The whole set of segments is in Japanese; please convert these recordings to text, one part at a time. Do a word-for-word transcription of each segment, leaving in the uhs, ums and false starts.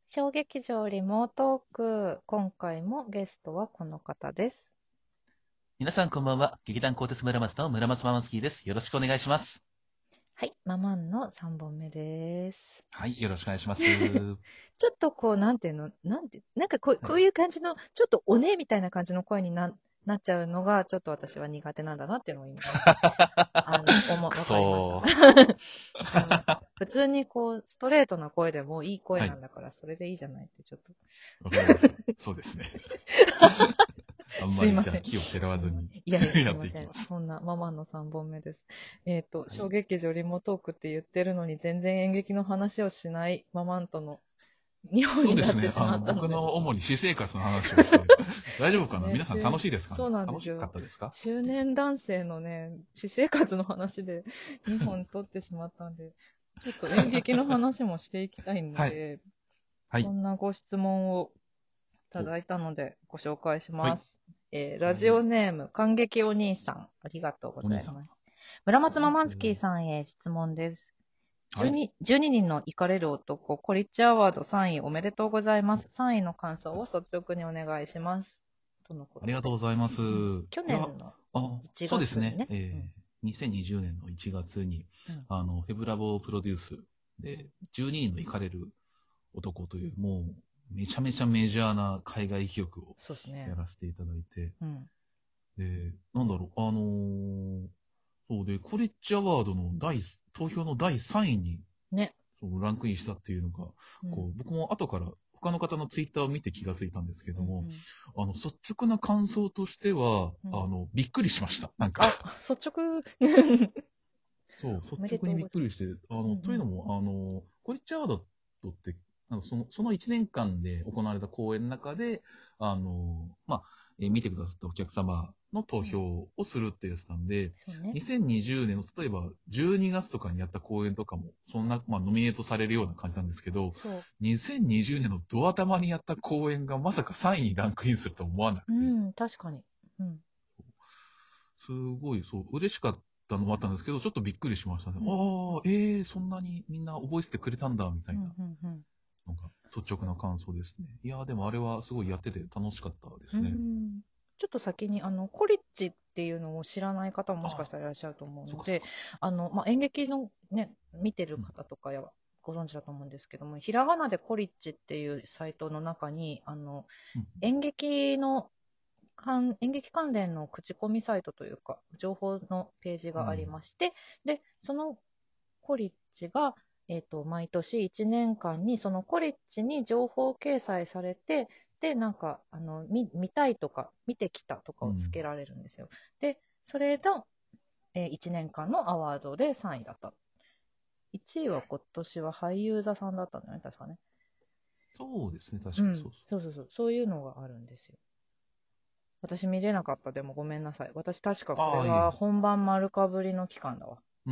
小劇場リモートーク。今回もゲストはこの方です。 皆さんこんばんは。劇団鋼鉄村松の村松ママンスキーです。よろしくお願いします。 はい、ママンのさんぼんめです。 はい、よろしくお願いします。はちょっとこう、なんていうの、なんて、なんかこう、こういい。 う感じの、ちょっとおねみたいな感じの声にな、なっちゃうのが、ちょっと私は苦手なんだなっていうのを今ね、あの、思、 くわかりました。 そー。 わかりました。普通にこう、ストレートな声でもいい声はい、 なんだから、それでいいじゃないってちょっと。 わかります。そうですね。あんまりじゃあすいません。 気をてらわすいません。 ずにいやいや、すやいません。 っていきます。 そんなママのさんぼんめです。えっ、と、 はい。 小劇場リモートークって言ってるのに全然演劇の話をしないママンとのにほんになそうですね。 ってしまあの、 ったので。 僕の主に私生活の話をして、大丈夫かな？ ですね。 皆さん楽中しいですかね？ そうなんで楽しかすよ。 ったですか？ 中年男性のね、私生活の話でにほん撮ってしまったんで、ちょっと演劇の話もしていきたいのはい。 で、 はい。 そんなご質問をいたお、 だいたのでご紹介しはい。 ます。えーラジオはい。 ネーム、感激お兄さん、ありがとうごお兄さん。 ざいます。村ありがとうございます。 松ママンスキーさんへ質問です。 はい。 じゅうに, じゅうににんのイカれる男、コリッチアワードさんいおめでとうございまお、 す。さんいの感想を率直にお願いします。とのこありがとうとで。 ございます。 うん、去いや、 年のあ、 1 そうですね。 月にね。うん。 えー、にせんにじゅうねんのいちがつに、 うん。 あの、フェブラボをプロデュースうん。 で、じゅうににんの行かれる男という、もう、めちゃめちゃメジャーな海外記録をそうですね。 やらせていただいて、 うん。 で、なんだろう、あのーそうで、コレッジアワードの第、投票のだいさんいに、 ね。 そうランクインしたっていうのが、 うん。 こう、僕も後から他の方のツイッターを見て気がついたんですけうん。うども、 ん。 あの、率直な感想としては、 うん。 あの、びっくりしました。なんかあ、率直。 そう、 おめで率直にとうございます。 びっくりして、あの、 うん。うん。 というのも、あの、コリッチアワードって、あのその、そのいちねんかんで行われた公演の中で、あの、まあ、えー見てくださったお客様の投うん。 票をするっていうやつなんで、 そうね。 にせんにじゅうねんの、例えばじゅうにがつとかにやった公演とかも、そんな、まあ、ノミネートされるような感じなんですけど、 そにせんにじゅうねんのドア玉にやった公演がまさかさんいにランクインすると思わなう。 くて、 うん、確かに。うん。 すごい、そう、嬉しかったのもあったんですけど、ちょっとびっくりしましたね。 うん。うん。 ああ、ええー、そんなにみんな覚えててくれたんだ、みたうん。 いな、 うん。うん。 なんか、率直な感想ですね。いやー、でもあれはすごいやってて楽しかったでうすね。 ん。ちょっと先に、あの、コリッジっていうのを知らない方ももしかしああ、 たらいらっしゃると思うので、 そっかそっか。 あの、まあ、演劇のね、見てるうん、 方とかやご存知だと思うんですけども、ひらがなでコリッジっていうサイトの中に、あの、 うん、 演劇の関演劇関連の口コミサイトというか、情報のページがありうん、 まして、で、そのコリッジが、えっと、毎年いちねんかんにそのコリッジに情報掲載されて、で、なんか、あの、見、見たいとか、見てきたとかうん。 をつけられるんですよ。で、それの、えーいちねんかんのアワードでさんいだった。いちいは今年は俳優座さんだったんだよね、確かね。 そうですね、確うん。 かにそうそそうそうそう。そういうのがあるんですよ。私見れなかった。でもごめんなさい。私確かう。 これああ、いえいえ。 が本番丸かぶりの期間だわ。 うん。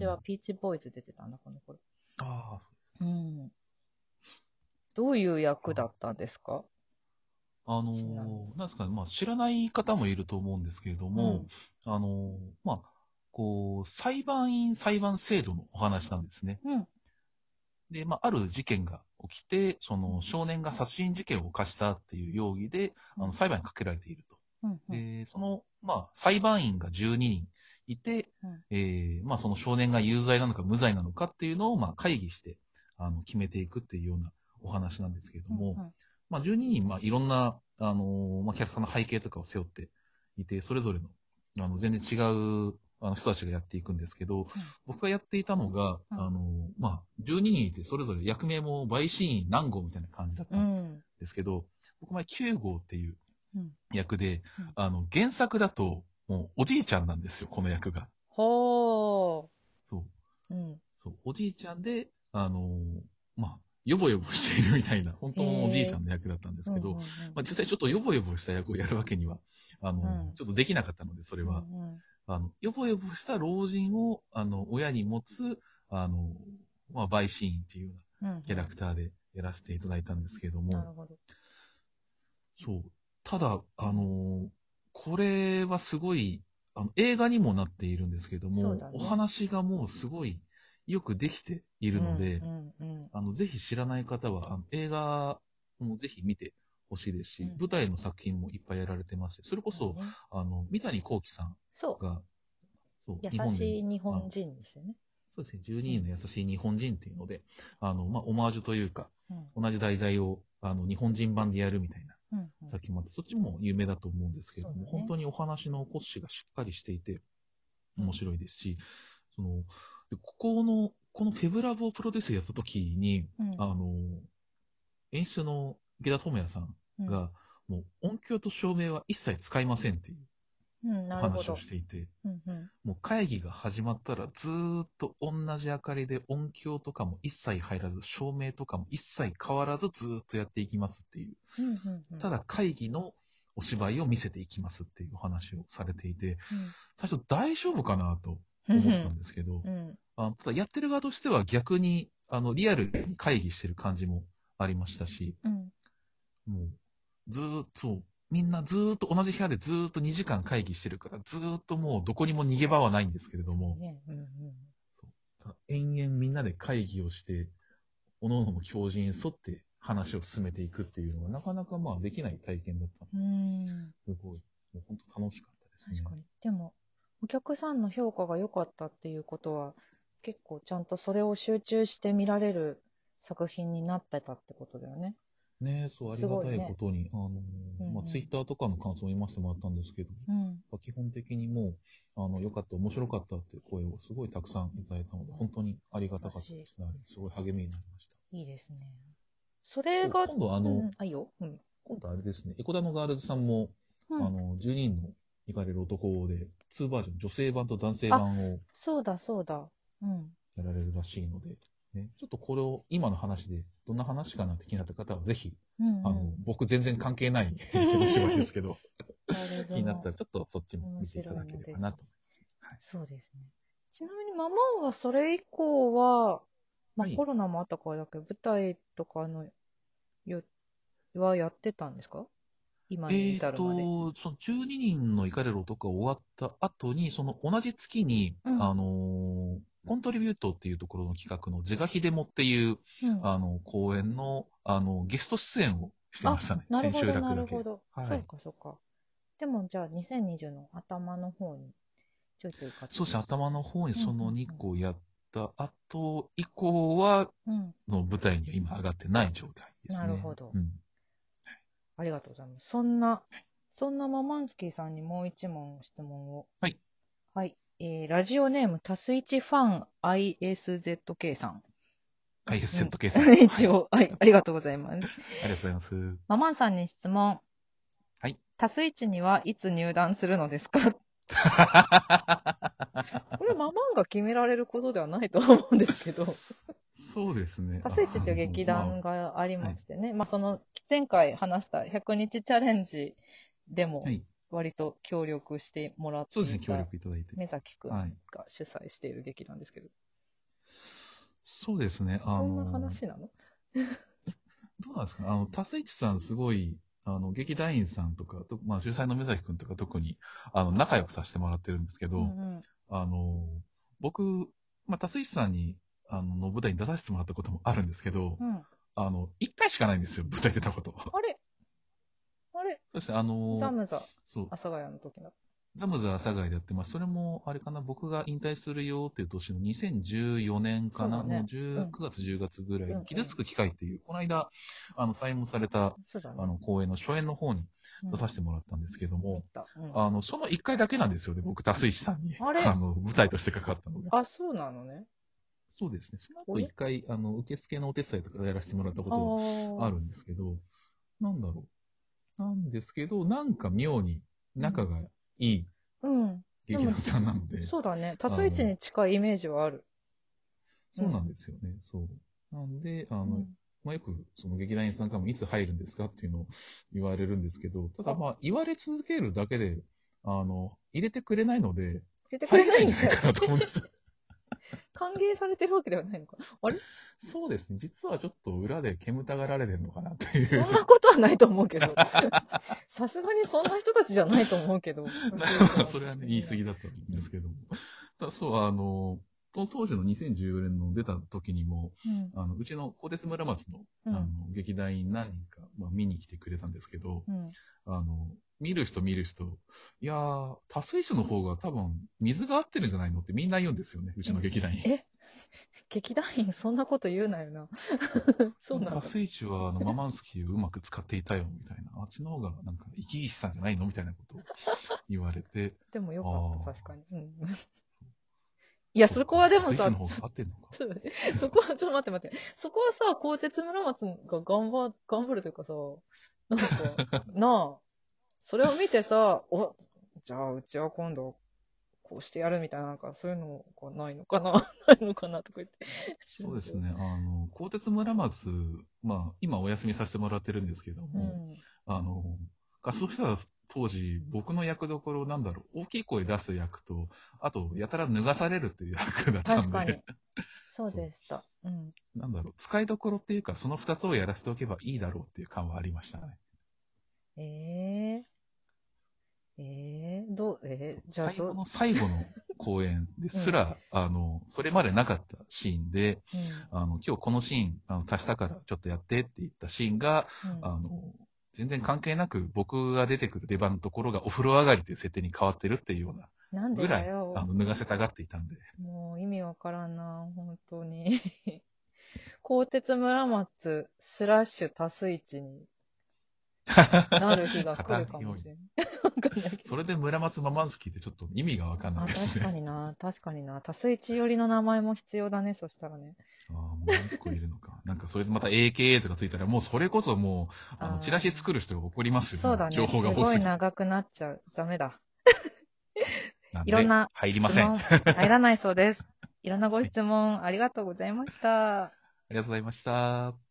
私はピーチボーイズ出てたんだ、この頃。 あうん。どういう役だあ、 ったんですか？ あのちなみに。 ーなんですかね、まあ、知らない方もいると思うんですけれども、 うん。 あのーまあ、こう、裁判員裁判制度のお話なんですね。 うん。 で、まあ、ある事件が起きて、そうん。 の少年が殺人事件を犯したっていう容疑で、 うん。 あの裁判にかけられていると。 うん。うん。 で、その、まあ、裁判員がじゅうににんいて、 うん。 えー、まあ、その少年が有罪なのか無罪なのかっていうのを、まあ、会議して、あの、決めていくっていうようなお話なんですけれどうん。 も、 うん。 まあ、じゅうににん、まあ、いろんな、あのーまあ、キャラクターの背景とかを背負っていて、それぞれの、あの、全然違う、あの人たちがやっていくんですけど、 うん。 僕がやっていたのが、 うん。 あのーまあ、じゅうににんいて、それぞれ役名も陪審員何号みたいな感じだったんうん。 ですけど、僕前きゅう号っていううん。 役で、 うん。 あの、原作だと、もうおじいちゃんなんですよ、この役が。 ほそう。 ー。うん。 そう。おじいちゃんで、あのーまあ、ヨボヨボしているみたいな、本へ当のおじいちゃえ。 んの役だったんですうん。 けど、 うん。 まあ、実際ちょっとヨボヨボした役をやるわけには、あのーうん。 ちょっとできなかったので、それうん。うは。 ん。 あの、ヨボヨボした老人を、あの、親に持つ、あのーまあ、陪審員っていうようなうん。 キャラクターでやらせていただいたんですけれども、 なるほど。 そう。ただ、あのーこれはすごい、あの、映画にもなっているんですけども、おそうだね。 話がもうすごいよくできているので、 うんうんうん、 あの、ぜひ知らない方は、あの映画もぜひ見てほしいですし、 うん、 舞台の作品もいっぱいやられてますし、それこそ、 ね、 あの、三谷幸喜さんそが、そう、 う、 日本でも、 優しい日本あの人ですよね。 そうですね、じゅうににんの優しい日本人っていうので、あの、まあ、オマージュというか、 うん同じ題材を、あの、日本人版でやるみたいなうんうん、 作品もあって、そっちも有名だと思うんですけれども、 そうだね、 本当にお話の骨子がしっかりしていて、面白いですし、その、でここの、このフェブラブをプロデュースやった時に、 うんあの、演出の池田智也さんが、もう音響と照明は一切使いませんっていううん、 お話をなるほど。 していて、 うんうん、 もう会議が始まったらずーっと同じ明かりで音響とかも一切入らず、照明とかも一切変わらずずーっとやっていきますっていう。 うんうんうん、 ただ会議のお芝居を見せていきますっていうお話をされていて、 うん最初大丈夫かなと思ったんですけど、 うん、 あただやってる側としては逆にあのリアルに会議してる感じもありましたし、 うん、 もうずーっと、みんなずーっと同じ部屋でずーっとにじかん会議してるから、ずーっともうどこにも逃げ場はないんですけれども、 ね、うんうん、 ただ延々みんなで会議をして、各々の教授に沿って話を進めていくっていうのがなかなかまあできない体験だったので、 うん、 すごい、もう本当楽しかったですね。 確かに。でも、お客さんの評価が良かったっていうことは、結構ちゃんとそれを集中して見られる作品になってたってことだよね。 ねえ、そう、ありがたいすごいね。 ことに、あのーうんうんまあ、ツイッターとかの感想を言いましてもらったんですけど、 うん。 まあ基本的にもう、あの、良かった、面白かったっていう声をすごいたくさんいただいたので、本当にありがたかったですね。あれすごい励みになりました。 いいですね。それおが、 今度あの、 うんうん、あ、いいよ。うん。 今度あれですね、エコダのガールズさんも、 うん、 あの、じゅうににんの行かれる男で、にバージョン、女性版と男性版をそうだそうだ。うん。 やられるらしいので、ね、ちょっとこれを今の話で、どんな話かなって気になった方は、ぜひ、 うんうん、 あの、僕全然関係ないお芝居ですけど、 ガールズ気になったもらちょっとそっちも見ていただければなと。はい。 そうですね。ちなみにママンはそれ以降は、まあ、 はいコロナもあったからだけど、舞台とかのよはやってたんですか、今にえっ至るまで。 と、そのじゅうににんの行かれる男が終わった後に、その同じ月に、 うんあのーコントリビュートっていうところの企画のゼガヒデモっていう、 うん、 あの、公演の、あの、ゲスト出演をしてましたね。 なるほど、 千秋楽だけ。 なるほど。そうはい。 か、そうか。でも、じゃあ、にせんにじゅうの頭の方にちょいちょい活そうですね、 動して。 頭の方にうん、 そのにこやった後以降は、 うん、うん。 その舞台には今上がってない状態ですね。 なるほど。 うん。 ありがとうございます。そんな、そんなママンスキーさんにもう一問質問を。 はい。 はい。えー、ラジオネーム、タスイチファン アイエスゼットケー さん。 アイエスゼットうん、 計算。 一応、はい、ありがとうございます。 ありがとうございます。 ママンさんに質問。 はい。 タスイチにはいつ入団するのですか？これママンが決められることではないと思うんですけど。 そうですね。 タスイチっていう劇団がありましてね。まあ、その、前回話したひゃくにちチャレンジでもはい。 割と協力してもらってそうですね、協いた力いただいて。 目崎くんはい。 が主催している劇団ですけど。 そうですね、あそんなの、 話なの？ どうなんですかね、あの、タスイチさんすごい、あの、劇団員さんとか、とまあ、主催の目崎くんとか特に、あの、仲良くさせてもらってるんですけど、 うんうん。 あの、僕、まあ、タスイチさんに、あの、の舞台に出させてもらったこともあるんですけど、 うん。 あの、一回しかないんですよ、舞台出たこと。 あれあれそして、あの、 ザムザ、 そう、 阿佐ヶ谷の時だ。 ザムズ阿佐ヶ谷でやってます。それも、あれかな、僕が引退するよっていう年のにせんじゅうよねんかな、 そうだねのじゅうくがつ、じゅうがつぐらいうんに、傷つく機会っていう、この間、あの、採用された、 そうだね。 あの、公演の初演の方にうん出させてもらったんですけども、 見たうんあの、その一回だけなんですよね、僕、タスイチさんに、 あれの、舞台としてかかったのが。 あ、そうなのね。 そうですね。その後一回、あの、受付のお手伝いとかやらせてもらったことがああるんですけど、なんだろう。なんですけど、なんか妙に仲がいいあ。うん。 劇団さんなので、 そうだね。タスイチに近いイメージはある。 そうなんですよね。そう。なんで、あの、 うんまあ、よく、その劇団員さんからもいつ入るんですかっていうのを言われるんですけど、ただまあ、言われ続けるだけで、あの、入れてくれないので、 教えてくれないんだよ。 入れないんじゃないかなと思うんですよ。 歓迎されてるわけではないのか。あれそうですね。実はちょっと裏で煙たがられてるのかなっていう。 そんなことはないと思うけど。さすがにそんな人たちじゃないと思うけど。 それはね、言い過ぎだったんですけども。ただそう、あの、 と当時のにせんじゅうよねんの出た時にも、 うん。 あの、うちの鋼鉄村松の、 うんあの、劇団員何人か、まあ、見に来てくれたんですけど、 うん。 あの、見る人見る人、いやー、多水市の方が多分、水が合ってるんじゃないのってみんな言うんですよね、うちの劇団員。 え劇団員そんなこと言うなよな。そうなんだ。 多水市は、あの、ママンスキーをうまく使っていたよ、みたいな。あっちの方が、なんか、生き生きしたんじゃないのみたいなことを言われて。 でもよかあーった、確かに。うん、いや、そこはでもさ多水市の、方が合ってんのか。 ちょっとねそこは、ちょっと待って待って。そこはさ、鋼鉄村松が頑張、頑張るというかさ、なんか、なあ、それを見てさ、お、じゃあうちは今度、こうしてやるみたいな、なんかそういうのがないのかなないのかなとか言って。 そうですね。あの、鋼鉄村松、まあ、今お休みさせてもらってるんですけどうも、 ん。 あの、活動してた当時、僕の役どころ、なんだろう、大きい声出す役と、あと、やたら脱がされるっていう役だったんで。 確かに。そうでした。うん。 なんだろう、使いどころっていうか、その二つをやらせておけばいいだろうっていう感はありましたね。 ええええどう、えー、じゃあどう、 最後の最後の公演ですら、うん、あの、それまでなかったシーンで、 うん、 あの、今日このシーン、あの、足したからちょっとやってって言ったシーンが、うん、あの、全然関係なく僕が出てくる出番のところがお風呂上がりという設定に変わってるっていうようなぐらい、あの、脱がせたがっていたんで。 もう意味わからんな、本当に。鋼鉄村松スラッシュ多数一になる日が来るかもしれない。 それで村松ママンスキーってちょっと意味がわかんないですね。 確かにな、確かにな。多数一寄りの名前も必要だね、そしたらね。 ああ、もう一個いるのか。なんかそれでまた エーケーエー とかついたら、もうそれこそもう、あの、チラシ作る人が怒りますよね。 そうだね。 情報が多すぎて。 すごい長くなっちゃう。ダメだ。 なんいろんな入りません。 入らないそうです。いろんなご質問ありがとうございました。 ありがとうございました。